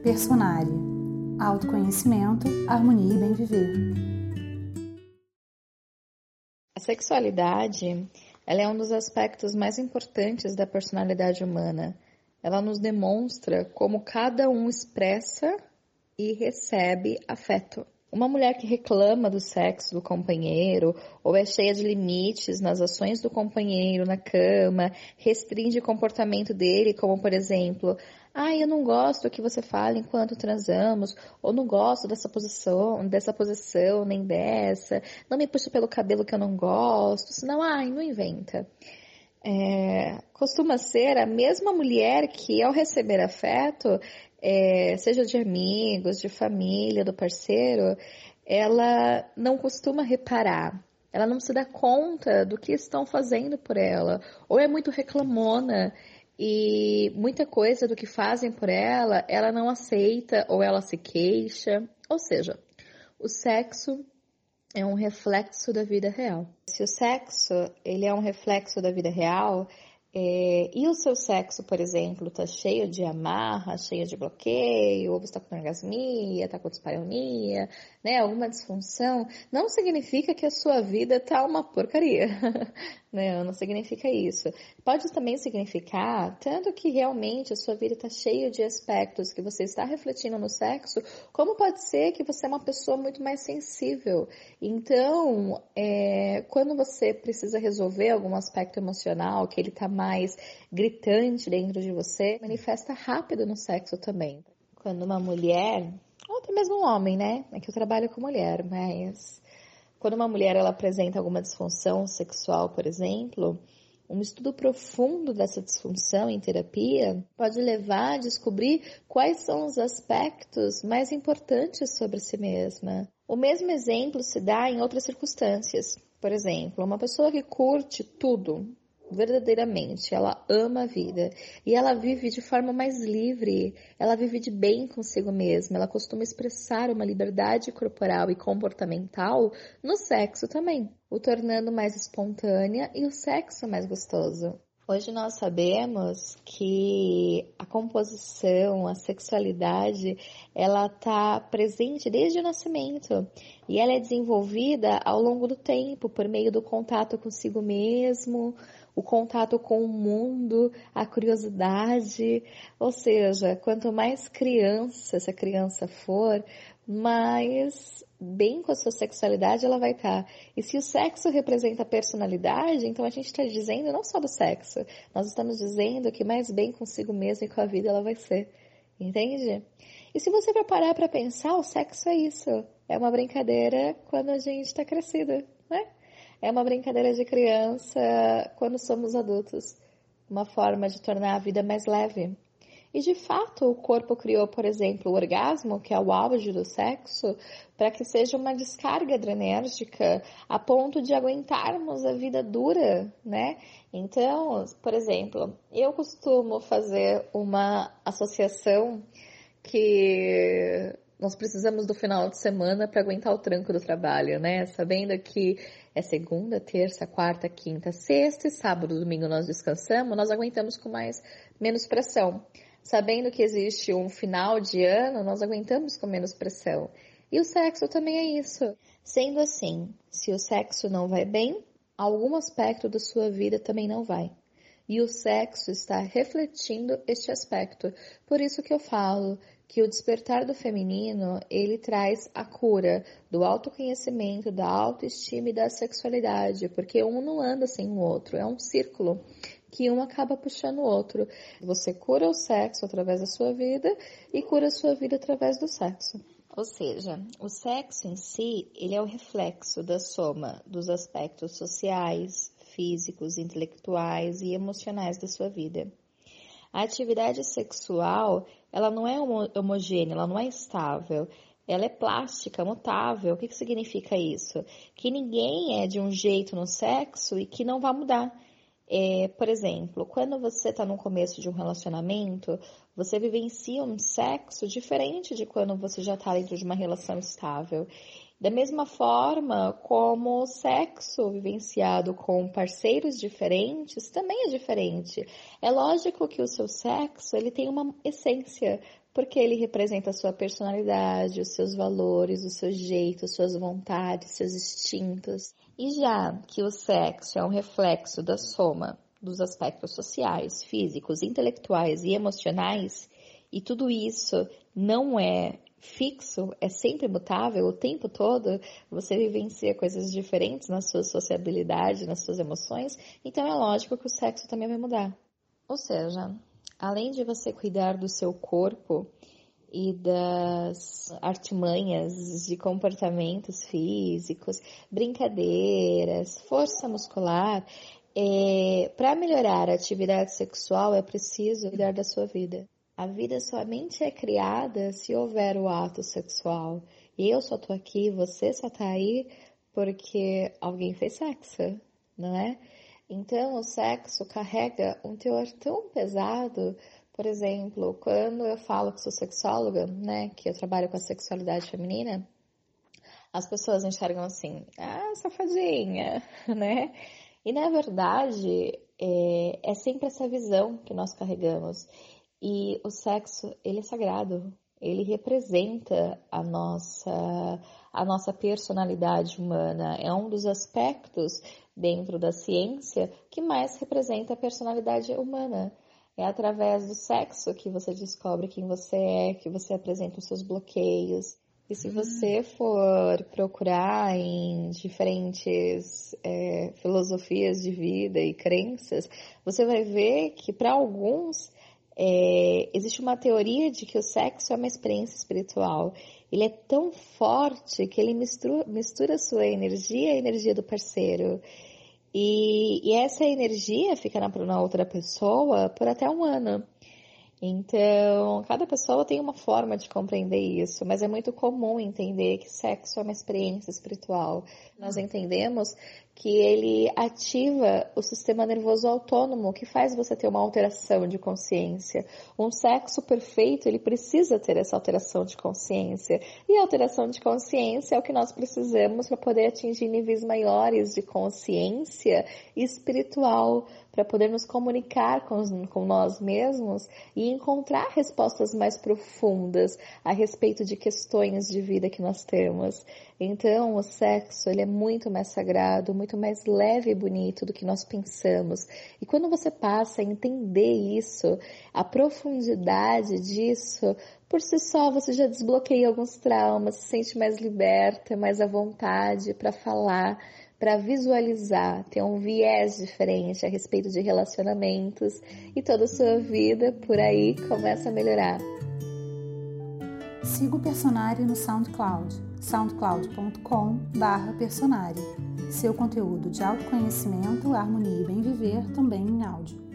Personária. Autoconhecimento, harmonia e bem viver. A sexualidade, ela é um dos aspectos mais importantes da personalidade humana. Ela nos demonstra como cada um expressa e recebe afeto. Uma mulher que reclama do sexo do companheiro ou é cheia de limites nas ações do companheiro na cama, restringe o comportamento dele, como por exemplo, eu não gosto que você fale enquanto transamos, ou não gosto dessa posição, nem dessa, não me puxa pelo cabelo que eu não gosto, senão, não inventa. Costuma ser a mesma mulher que, ao receber afeto, seja de amigos, de família, do parceiro, ela não costuma reparar, ela não se dá conta do que estão fazendo por ela, ou é muito reclamona e muita coisa do que fazem por ela, ela não aceita ou ela se queixa. Ou seja, o sexo é um reflexo da vida real. Se o sexo ele é um reflexo da vida real, e o seu sexo, por exemplo, está cheio de amarra, cheio de bloqueio, ou você está com orgasmia, está com dispareunia, né, alguma disfunção, não significa que a sua vida está uma porcaria, né, não significa isso. Pode também significar tanto que realmente a sua vida está cheia de aspectos que você está refletindo no sexo, como pode ser que você é uma pessoa muito mais sensível. Então, quando você precisa resolver algum aspecto emocional, que ele está mais gritante dentro de você, manifesta rápido no sexo também. Quando uma mulher, ou até mesmo um homem, né? É que eu trabalho com mulher, mas quando uma mulher ela apresenta alguma disfunção sexual, por exemplo, um estudo profundo dessa disfunção em terapia pode levar a descobrir quais são os aspectos mais importantes sobre si mesma. O mesmo exemplo se dá em outras circunstâncias. Por exemplo, uma pessoa que curte tudo, verdadeiramente, ela ama a vida e ela vive de forma mais livre, ela vive de bem consigo mesma, ela costuma expressar uma liberdade corporal e comportamental no sexo também, o tornando mais espontânea e o sexo mais gostoso. Hoje nós sabemos que a composição, a sexualidade, ela está presente desde o nascimento e ela é desenvolvida ao longo do tempo por meio do contato consigo mesmo, o contato com o mundo, a curiosidade, ou seja, quanto mais criança essa criança for, mais bem com a sua sexualidade ela vai estar. E se o sexo representa a personalidade, então a gente está dizendo não só do sexo, nós estamos dizendo que mais bem consigo mesma e com a vida ela vai ser. Entende? E se você for parar para pensar, o sexo é isso. É uma brincadeira quando a gente está crescida, né? É uma brincadeira de criança quando somos adultos. Uma forma de tornar a vida mais leve. E de fato o corpo criou, por exemplo, o orgasmo, que é o auge do sexo, para que seja uma descarga adrenérgica a ponto de aguentarmos a vida dura, né? Então, por exemplo, eu costumo fazer uma associação que nós precisamos do final de semana para aguentar o tranco do trabalho, né? Sabendo que é segunda, terça, quarta, quinta, sexta e sábado, domingo nós descansamos, nós aguentamos com menos pressão. Sabendo que existe um final de ano, nós aguentamos com menos pressão. E o sexo também é isso. Sendo assim, se o sexo não vai bem, algum aspecto da sua vida também não vai. E o sexo está refletindo este aspecto. Por isso que eu falo que o despertar do feminino, ele traz a cura do autoconhecimento, da autoestima e da sexualidade, porque um não anda sem o outro, é um círculo que um acaba puxando o outro. Você cura o sexo através da sua vida e cura a sua vida através do sexo. Ou seja, o sexo em si, ele é o reflexo da soma dos aspectos sociais, físicos, intelectuais e emocionais da sua vida. A atividade sexual, ela não é homogênea, ela não é estável. Ela é plástica, mutável. O que significa isso? Que ninguém é de um jeito no sexo e que não vai mudar. Por exemplo, quando você está no começo de um relacionamento, você vivencia um sexo diferente de quando você já está dentro de uma relação estável. Da mesma forma como o sexo vivenciado com parceiros diferentes também é diferente. É lógico que o seu sexo ele tem uma essência, porque ele representa a sua personalidade, os seus valores, o seu jeito, suas vontades, seus instintos. E já que o sexo é um reflexo da soma dos aspectos sociais, físicos, intelectuais e emocionais, e tudo isso não é fixo, é sempre mutável, o tempo todo você vivencia coisas diferentes na sua sociabilidade, nas suas emoções, então é lógico que o sexo também vai mudar. Ou seja, além de você cuidar do seu corpo e das artimanhas de comportamentos físicos, brincadeiras, força muscular, para melhorar a atividade sexual é preciso cuidar da sua vida. A vida somente é criada se houver o ato sexual. E eu só tô aqui, você só tá aí porque alguém fez sexo, não é? Então, o sexo carrega um teor tão pesado. Por exemplo, quando eu falo que sou sexóloga, né, que eu trabalho com a sexualidade feminina, as pessoas enxergam assim, safadinha, né? E, na verdade, é sempre essa visão que nós carregamos. E o sexo, ele é sagrado, ele representa a nossa personalidade humana. É um dos aspectos dentro da ciência que mais representa a personalidade humana. É através do sexo que você descobre quem você é, que você apresenta os seus bloqueios. E se você for procurar em diferentes filosofias de vida e crenças, você vai ver que para alguns existe uma teoria de que o sexo é uma experiência espiritual. Ele é tão forte que ele mistura a sua energia e a energia do parceiro. E essa energia fica na outra pessoa por até um ano. Então, cada pessoa tem uma forma de compreender isso, mas é muito comum entender que sexo é uma experiência espiritual. Nós entendemos que ele ativa o sistema nervoso autônomo, que faz você ter uma alteração de consciência. Um sexo perfeito, ele precisa ter essa alteração de consciência. E a alteração de consciência é o que nós precisamos para poder atingir níveis maiores de consciência espiritual, para poder nos comunicar com nós mesmos e encontrar respostas mais profundas a respeito de questões de vida que nós temos. Então, o sexo, ele é muito mais sagrado, muito mais leve e bonito do que nós pensamos. E quando você passa a entender isso, a profundidade disso, por si só você já desbloqueia alguns traumas, se sente mais liberta, mais à vontade para falar, para visualizar, ter um viés diferente a respeito de relacionamentos e toda a sua vida por aí começa a melhorar. Siga o Personare no SoundCloud, soundcloud.com/Personare. Seu conteúdo de autoconhecimento, harmonia e bem viver também em áudio.